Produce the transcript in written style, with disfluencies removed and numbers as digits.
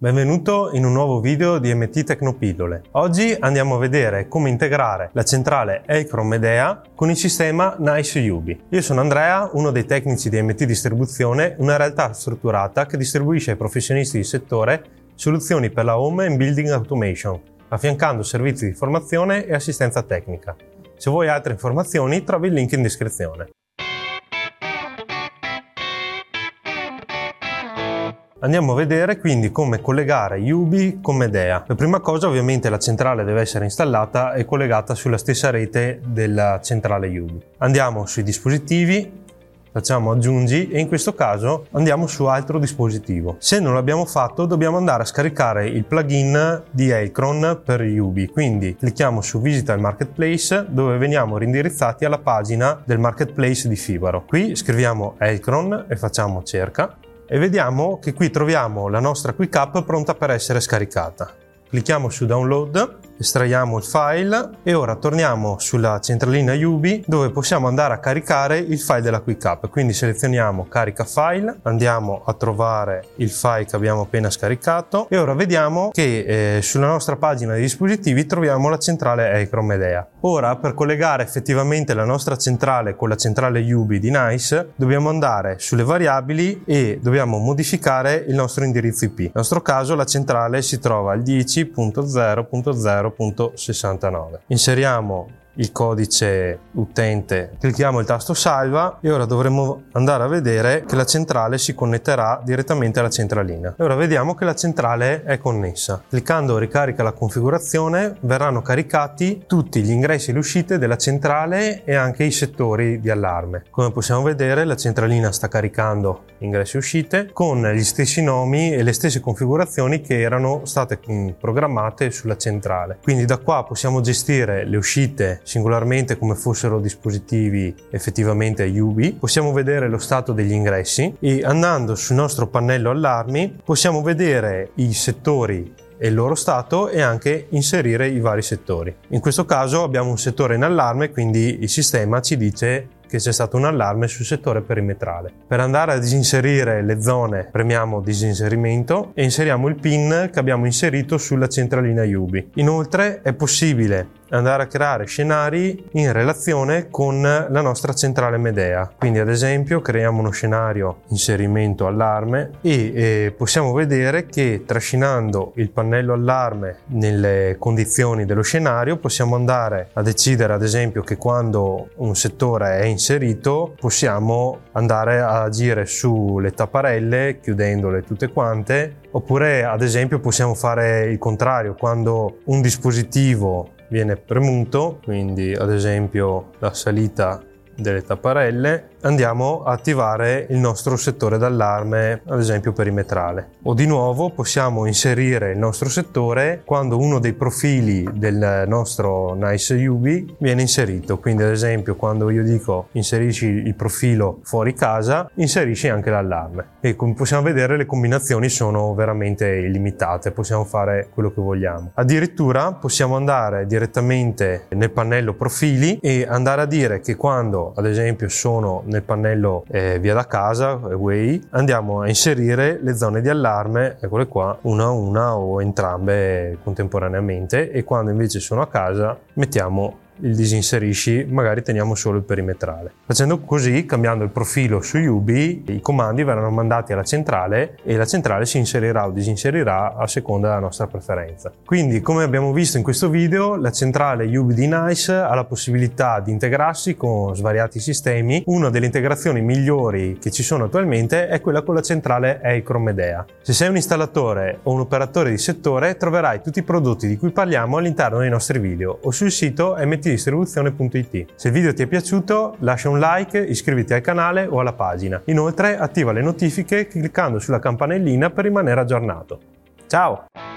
Benvenuto in un nuovo video di MT Tecnopillole. Oggi andiamo a vedere come integrare la centrale Elcron Medea con il sistema Nice UBI. Io sono Andrea, uno dei tecnici di MT Distribuzione, una realtà strutturata che distribuisce ai professionisti di settore soluzioni per la home and building automation, affiancando servizi di formazione e assistenza tecnica. Se vuoi altre informazioni trovi il link in descrizione. Andiamo a vedere quindi come collegare UBI con Medea. Per prima cosa ovviamente la centrale deve essere installata e collegata sulla stessa rete della centrale UBI. Andiamo sui dispositivi, facciamo aggiungi e in questo caso andiamo su altro dispositivo. Se non l'abbiamo fatto dobbiamo andare a scaricare il plugin di Elcron per UBI, quindi clicchiamo su visita il marketplace dove veniamo reindirizzati alla pagina del marketplace di Fibaro. Qui scriviamo Elcron e facciamo cerca. E vediamo che qui troviamo la nostra Quick App pronta per essere scaricata. Clicchiamo su download, estraiamo il file e ora torniamo sulla centralina UBI dove possiamo andare a caricare il file della Quick App. Quindi selezioniamo carica file, andiamo a trovare il file che abbiamo appena scaricato e ora vediamo che sulla nostra pagina dei dispositivi troviamo la centrale Elcron Medea. Ora per collegare effettivamente la nostra centrale con la centrale UBI di Nice dobbiamo andare sulle variabili e dobbiamo modificare il nostro indirizzo IP. Nel nostro caso la centrale si trova al 10.0.0.69. Inseriamo il codice utente, clicchiamo il tasto salva e ora dovremo andare a vedere che la centrale si connetterà direttamente alla centralina. E ora vediamo che la centrale è connessa. Cliccando ricarica la configurazione verranno caricati tutti gli ingressi e le uscite della centrale e anche i settori di allarme. Come possiamo vedere la centralina sta caricando ingressi e uscite con gli stessi nomi e le stesse configurazioni che erano state programmate sulla centrale. Quindi da qua possiamo gestire le uscite singolarmente come fossero dispositivi effettivamente UBI, possiamo vedere lo stato degli ingressi e andando sul nostro pannello allarmi possiamo vedere i settori e il loro stato e anche inserire i vari settori. In questo caso abbiamo un settore in allarme, quindi il sistema ci dice che c'è stato un allarme sul settore perimetrale. Per andare a disinserire le zone premiamo disinserimento e inseriamo il PIN che abbiamo inserito sulla centralina UBI. Inoltre è possibile andare a creare scenari in relazione con la nostra centrale Medea. Quindi ad esempio creiamo uno scenario inserimento allarme e possiamo vedere che trascinando il pannello allarme nelle condizioni dello scenario possiamo andare a decidere ad esempio che quando un settore è inserito possiamo andare a agire sulle tapparelle chiudendole tutte quante, oppure ad esempio possiamo fare il contrario: quando un dispositivo viene premuto, quindi ad esempio la salita delle tapparelle, andiamo a attivare il nostro settore d'allarme, ad esempio perimetrale. O di nuovo possiamo inserire il nostro settore quando uno dei profili del nostro Nice UBI viene inserito. Quindi ad esempio quando io dico inserisci il profilo fuori casa, inserisci anche l'allarme. E come possiamo vedere le combinazioni sono veramente illimitate, possiamo fare quello che vogliamo. Addirittura possiamo andare direttamente nel pannello profili e andare a dire che quando ad esempio sono nel pannello via da casa, away, andiamo a inserire le zone di allarme, eccole qua, una a una o entrambe contemporaneamente, e quando invece sono a casa mettiamo il disinserisci, magari teniamo solo il perimetrale. Facendo così, cambiando il profilo su UBI, i comandi verranno mandati alla centrale e la centrale si inserirà o disinserirà a seconda della nostra preferenza. Quindi, come abbiamo visto in questo video, la centrale UBI di Nice ha la possibilità di integrarsi con svariati sistemi. Una delle integrazioni migliori che ci sono attualmente è quella con la centrale Elcron Medea. Se sei un installatore o un operatore di settore, troverai tutti i prodotti di cui parliamo all'interno dei nostri video o sul sito mtdistribuzione.it. Se il video ti è piaciuto, lascia un like, iscriviti al canale o alla pagina. Inoltre attiva le notifiche cliccando sulla campanellina per rimanere aggiornato. Ciao!